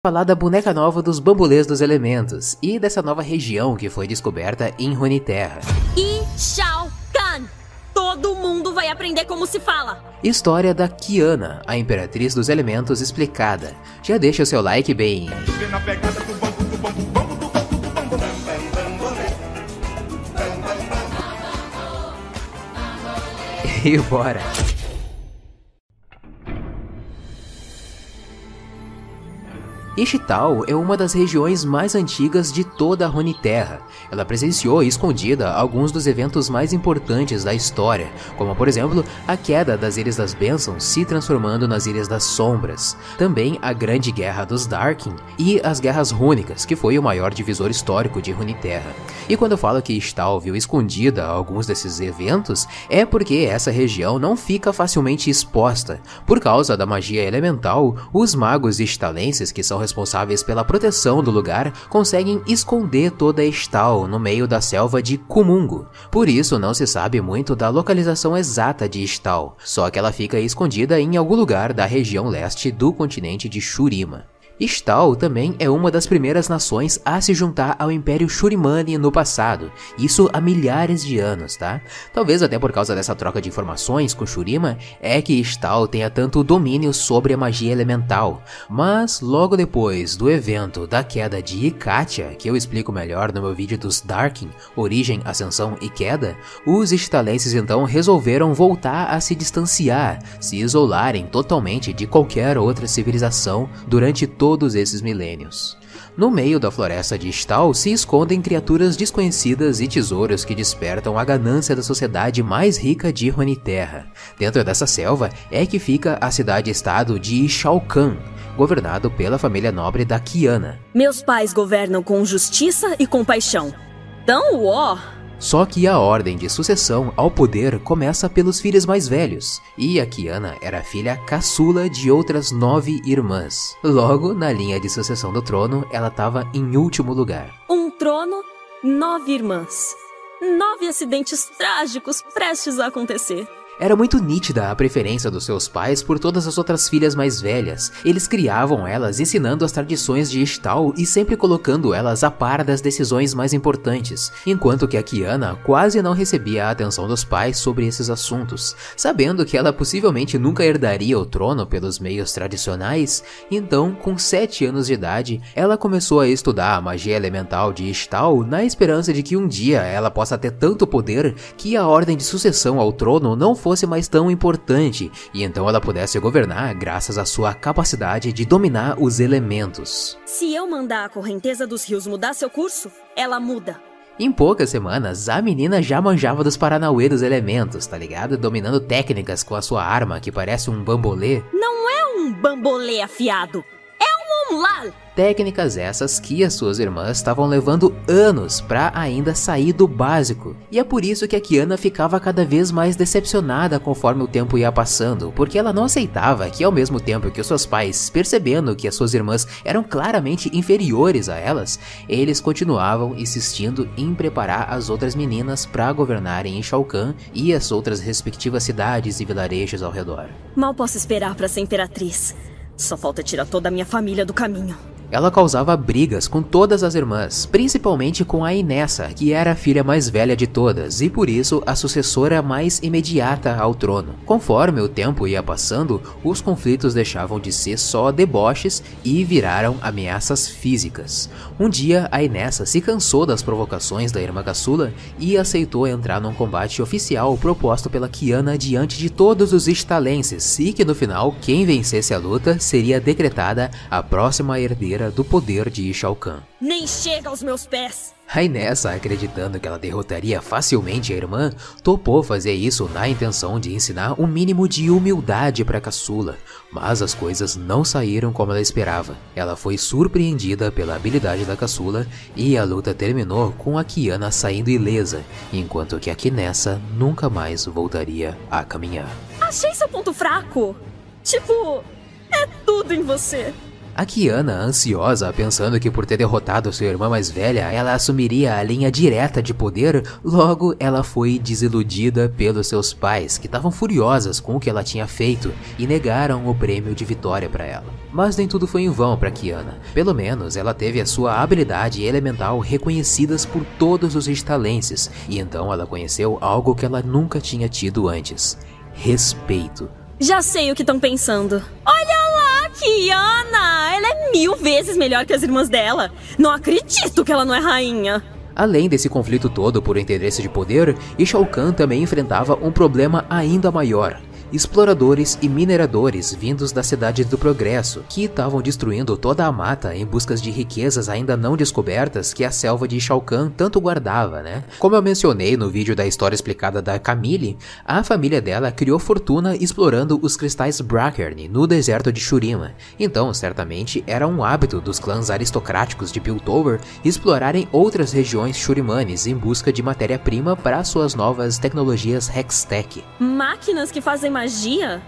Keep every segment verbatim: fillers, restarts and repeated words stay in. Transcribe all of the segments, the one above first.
Falar da boneca nova dos bambolês dos elementos e dessa nova região que foi descoberta em Runeterra. E Shao Kahn! Todo mundo vai aprender como se fala! História da Kiana, a Imperatriz dos Elementos explicada. Já deixa o seu like bem. E bora! Ixtal é uma das regiões mais antigas de toda a Runeterra. Ela presenciou escondida alguns dos eventos mais importantes da história, como por exemplo, a queda das Ilhas das Bênçãos se transformando nas Ilhas das Sombras, também a Grande Guerra dos Darkin e as Guerras Rúnicas, que foi o maior divisor histórico de Runeterra. E quando eu falo que Ixtal viu escondida alguns desses eventos, é porque essa região não fica facilmente exposta. Por causa da magia elemental, os magos ixtalenses, que são responsáveis pela proteção do lugar, conseguem esconder toda Ixtal no meio da selva de Kumungo. Por isso não se sabe muito da localização exata de Ixtal, só que ela fica escondida em algum lugar da região leste do continente de Shurima. Ixtal também é uma das primeiras nações a se juntar ao Império Shurimani no passado, isso há milhares de anos, tá? Talvez até por causa dessa troca de informações com Shurima é que Ixtal tenha tanto domínio sobre a magia elemental, mas logo depois do evento da queda de Ikatia, que eu explico melhor no meu vídeo dos Darkin, Origem, Ascensão e Queda, os ixtalenses então resolveram voltar a se distanciar, se isolarem totalmente de qualquer outra civilização durante todo todos esses milênios. No meio da floresta de Ixtal se escondem criaturas desconhecidas e tesouros que despertam a ganância da sociedade mais rica de Runeterra. Dentro dessa selva é que fica a cidade-estado de Shao Kahn, governado pela família nobre da Kiana. Meus pais governam com justiça e compaixão. Tão ó! Só que a ordem de sucessão ao poder começa pelos filhos mais velhos, e a Kiana era filha caçula de outras nove irmãs. Logo, na linha de sucessão do trono, ela estava em último lugar. Um trono, nove irmãs. Nove acidentes trágicos prestes a acontecer. Era muito nítida a preferência dos seus pais por todas as outras filhas mais velhas. Eles criavam elas ensinando as tradições de Ixtal e sempre colocando elas a par das decisões mais importantes, enquanto que a Kiana quase não recebia a atenção dos pais sobre esses assuntos. Sabendo que ela possivelmente nunca herdaria o trono pelos meios tradicionais, então, com sete anos de idade, ela começou a estudar a magia elemental de Ixtal na esperança de que um dia ela possa ter tanto poder que a ordem de sucessão ao trono não fosse fosse mais tão importante, e então ela pudesse governar graças à sua capacidade de dominar os elementos. Se eu mandar a correnteza dos rios mudar seu curso, ela muda. Em poucas semanas, a menina já manjava dos paranauê dos elementos, tá ligado? Dominando técnicas com a sua arma, que parece um bambolê. Não é um bambolê afiado, é um umlal! Técnicas essas que as suas irmãs estavam levando anos pra ainda sair do básico. E é por isso que a Kiana ficava cada vez mais decepcionada conforme o tempo ia passando, porque ela não aceitava que ao mesmo tempo que os seus pais, percebendo que as suas irmãs eram claramente inferiores a elas, eles continuavam insistindo em preparar as outras meninas pra governarem em Shao Kahn e as outras respectivas cidades e vilarejos ao redor. Mal posso esperar pra ser imperatriz. Só falta tirar toda a minha família do caminho. Ela causava brigas com todas as irmãs, principalmente com a Inessa, que era a filha mais velha de todas e por isso a sucessora mais imediata ao trono. Conforme o tempo ia passando, os conflitos deixavam de ser só deboches e viraram ameaças físicas. Um dia, a Inessa se cansou das provocações da irmã caçula e aceitou entrar num combate oficial proposto pela Kiana diante de todos os ixtalenses, e que no final, quem vencesse a luta seria decretada a próxima herdeira do poder de Shao Kahn. Nem chega aos meus pés! A Inessa, acreditando que ela derrotaria facilmente a irmã, topou fazer isso na intenção de ensinar um mínimo de humildade para a caçula, mas as coisas não saíram como ela esperava. Ela foi surpreendida pela habilidade da caçula e a luta terminou com a Kiana saindo ilesa, enquanto que a Kinessa nunca mais voltaria a caminhar. Achei seu ponto fraco! Tipo, é tudo em você! A Kiana, ansiosa, pensando que por ter derrotado sua irmã mais velha, ela assumiria a linha direta de poder, logo ela foi desiludida pelos seus pais, que estavam furiosas com o que ela tinha feito e negaram o prêmio de vitória para ela. Mas nem tudo foi em vão para Kiana. Pelo menos ela teve a sua habilidade elemental reconhecidas por todos os Ishtalenses, e então ela conheceu algo que ela nunca tinha tido antes: respeito. Já sei o que estão pensando. Olha lá, Kiana! Ela é mil vezes melhor que as irmãs dela. Não acredito que ela não é rainha. Além desse conflito todo por interesse de poder, Shao Kahn também enfrentava um problema ainda maior: exploradores e mineradores vindos da Cidade do Progresso, que estavam destruindo toda a mata em busca de riquezas ainda não descobertas que a selva de Shao Kahn tanto guardava, né? Como eu mencionei no vídeo da história explicada da Camille, a família dela criou fortuna explorando os cristais Brackern no deserto de Shurima. Então, certamente, era um hábito dos clãs aristocráticos de Piltover explorarem outras regiões shurimanes em busca de matéria-prima para suas novas tecnologias Hextech. Máquinas que fazem magia?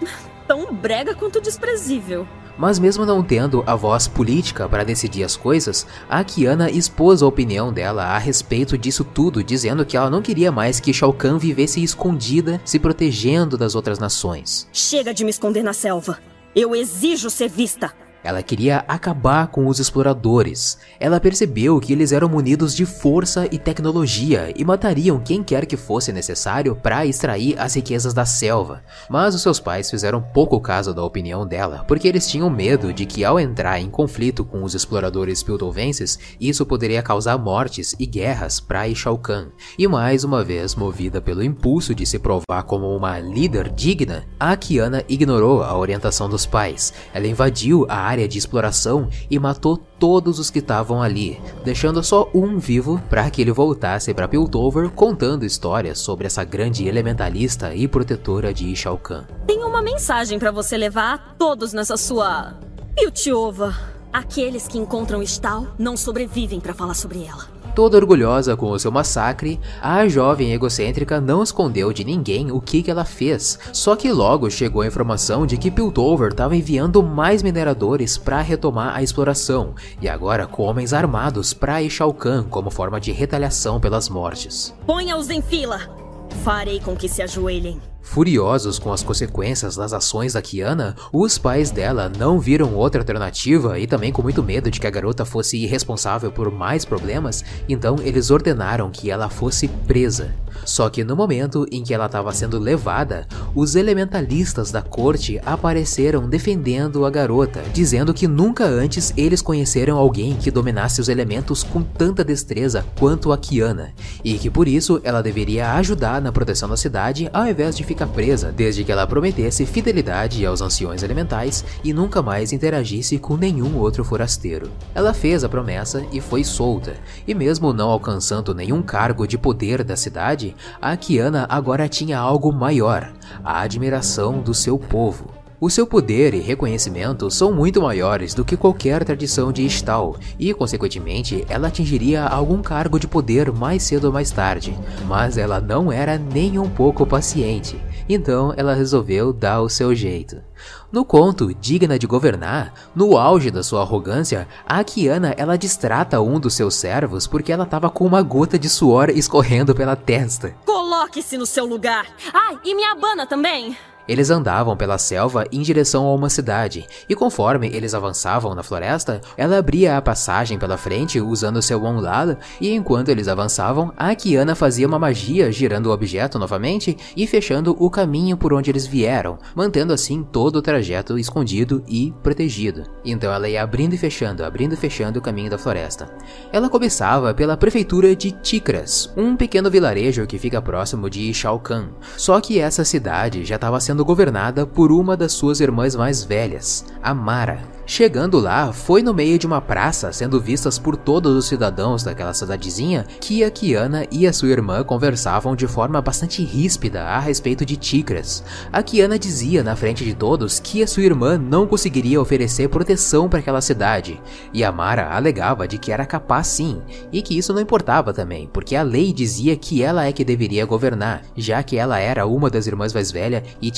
Tão brega quanto desprezível. Mas mesmo não tendo a voz política para decidir as coisas, a Kiana expôs a opinião dela a respeito disso tudo, dizendo que ela não queria mais que Shao Kahn vivesse escondida, se protegendo das outras nações. Chega de me esconder na selva. Eu exijo ser vista. Ela queria acabar com os exploradores. Ela percebeu que eles eram munidos de força e tecnologia e matariam quem quer que fosse necessário para extrair as riquezas da selva. Mas os seus pais fizeram pouco caso da opinião dela, porque eles tinham medo de que ao entrar em conflito com os exploradores piltovenses, isso poderia causar mortes e guerras para Shao Kahn. E mais uma vez, movida pelo impulso de se provar como uma líder digna, a Kiana ignorou a orientação dos pais. Ela invadiu a área área de exploração e matou todos os que estavam ali, deixando só um vivo para que ele voltasse para Piltover contando histórias sobre essa grande elementalista e protetora de Shao Kahn. Tenho uma mensagem para você levar a todos nessa sua Piltover. Aqueles que encontram Ishtal não sobrevivem para falar sobre ela. Toda orgulhosa com o seu massacre, a jovem egocêntrica não escondeu de ninguém o que, que ela fez. Só que logo chegou a informação de que Piltover estava enviando mais mineradores para retomar a exploração, e agora com homens armados para Shao Kahn como forma de retaliação pelas mortes. Ponha-os em fila! Farei com que se ajoelhem. Furiosos com as consequências das ações da Kiana, os pais dela não viram outra alternativa e também com muito medo de que a garota fosse irresponsável por mais problemas, então eles ordenaram que ela fosse presa. Só que no momento em que ela estava sendo levada, os elementalistas da corte apareceram defendendo a garota, dizendo que nunca antes eles conheceram alguém que dominasse os elementos com tanta destreza quanto a Kiana, e que por isso ela deveria ajudar na proteção da cidade ao invés de ficar fica presa, desde que ela prometesse fidelidade aos anciões elementais e nunca mais interagisse com nenhum outro forasteiro. Ela fez a promessa e foi solta, e mesmo não alcançando nenhum cargo de poder da cidade, a Kiana agora tinha algo maior: a admiração do seu povo. O seu poder e reconhecimento são muito maiores do que qualquer tradição de Ishtal, e consequentemente ela atingiria algum cargo de poder mais cedo ou mais tarde, mas ela não era nem um pouco paciente, então ela resolveu dar o seu jeito. No conto Digna de Governar, no auge da sua arrogância, a Kiana ela distrata um dos seus servos porque ela estava com uma gota de suor escorrendo pela testa. Coloque-se no seu lugar! Ai, e me abana também! Eles andavam pela selva em direção a uma cidade, e conforme eles avançavam na floresta, ela abria a passagem pela frente usando seu Onlal, e enquanto eles avançavam, a Kiana fazia uma magia girando o objeto novamente e fechando o caminho por onde eles vieram, mantendo assim todo o trajeto escondido e protegido. Então ela ia abrindo e fechando, abrindo e fechando o caminho da floresta. Ela começava pela prefeitura de Tikras, um pequeno vilarejo que fica próximo de Shao Kahn, só que essa cidade já estava sendo sendo governada por uma das suas irmãs mais velhas, a Mara. Chegando lá, foi no meio de uma praça, sendo vistas por todos os cidadãos daquela cidadezinha, que a Kiana e a sua irmã conversavam de forma bastante ríspida a respeito de Tikras. A Kiana dizia na frente de todos que a sua irmã não conseguiria oferecer proteção para aquela cidade, e a Mara alegava de que era capaz sim, e que isso não importava também, porque a lei dizia que ela é que deveria governar, já que ela era uma das irmãs mais velhas e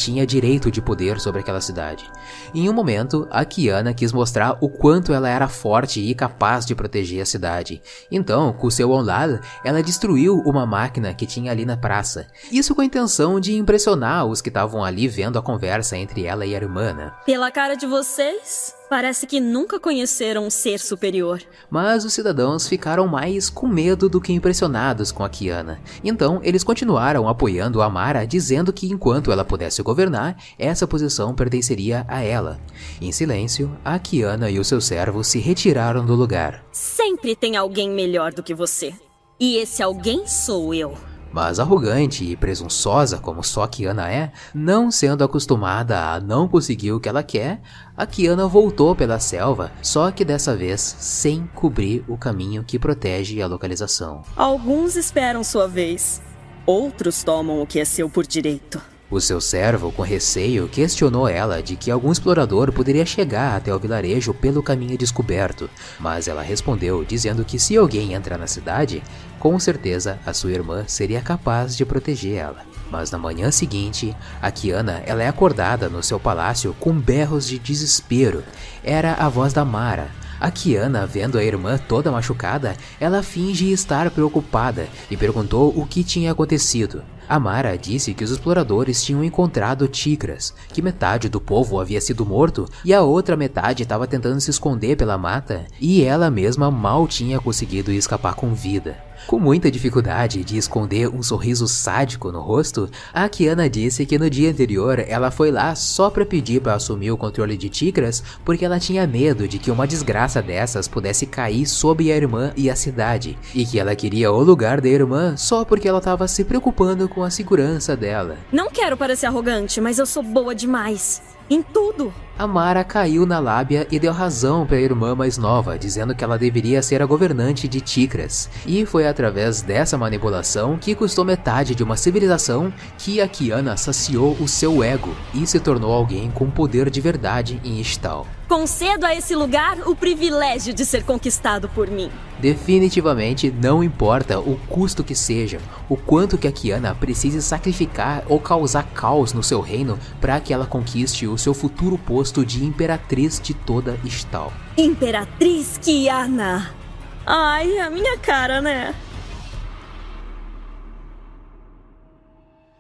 tinha direito de poder sobre aquela cidade. Em um momento, a Kiana quis mostrar o quanto ela era forte e capaz de proteger a cidade. Então, com seu Onlal, ela destruiu uma máquina que tinha ali na praça. Isso com a intenção de impressionar os que estavam ali vendo a conversa entre ela e a irmã, né? Pela cara de vocês, parece que nunca conheceram um ser superior. Mas os cidadãos ficaram mais com medo do que impressionados com a Kiana. Então, eles continuaram apoiando a Mara, dizendo que enquanto ela pudesse governar, essa posição pertenceria a ela. Em silêncio, a Kiana e o seu servo se retiraram do lugar. Sempre tem alguém melhor do que você. E esse alguém sou eu. Mas arrogante e presunçosa como só a Kiana é, não sendo acostumada a não conseguir o que ela quer, a Kiana voltou pela selva, só que dessa vez sem cobrir o caminho que protege a localização. Alguns esperam sua vez, outros tomam o que é seu por direito. O seu servo, com receio, questionou ela de que algum explorador poderia chegar até o vilarejo pelo caminho descoberto, mas ela respondeu dizendo que se alguém entrar na cidade, com certeza a sua irmã seria capaz de proteger ela. Mas na manhã seguinte, a Kiana ela é acordada no seu palácio com berros de desespero. Era a voz da Mara. A Kiana, vendo a irmã toda machucada, ela finge estar preocupada e perguntou o que tinha acontecido. A Mara disse que os exploradores tinham encontrado tigras, que metade do povo havia sido morto e a outra metade estava tentando se esconder pela mata, e ela mesma mal tinha conseguido escapar com vida. Com muita dificuldade de esconder um sorriso sádico no rosto, a Kiana disse que no dia anterior ela foi lá só para pedir para assumir o controle de tigras porque ela tinha medo de que uma desgraça dessas pudesse cair sobre a irmã e a cidade, e que ela queria o lugar da irmã só porque ela estava se preocupando com a segurança dela. Não quero parecer arrogante, mas eu sou boa demais. Em tudo. A Mara caiu na lábia e deu razão para a irmã mais nova, dizendo que ela deveria ser a governante de Tikras. E foi através dessa manipulação que custou metade de uma civilização que a Kiana saciou o seu ego e se tornou alguém com poder de verdade em Ixtal. Concedo a esse lugar o privilégio de ser conquistado por mim. Definitivamente não importa o custo que seja, o quanto que a Kiana precise sacrificar ou causar caos no seu reino para que ela conquiste o seu futuro posto de imperatriz de toda Ixtal. Imperatriz Kiana! Ai, a minha cara, né?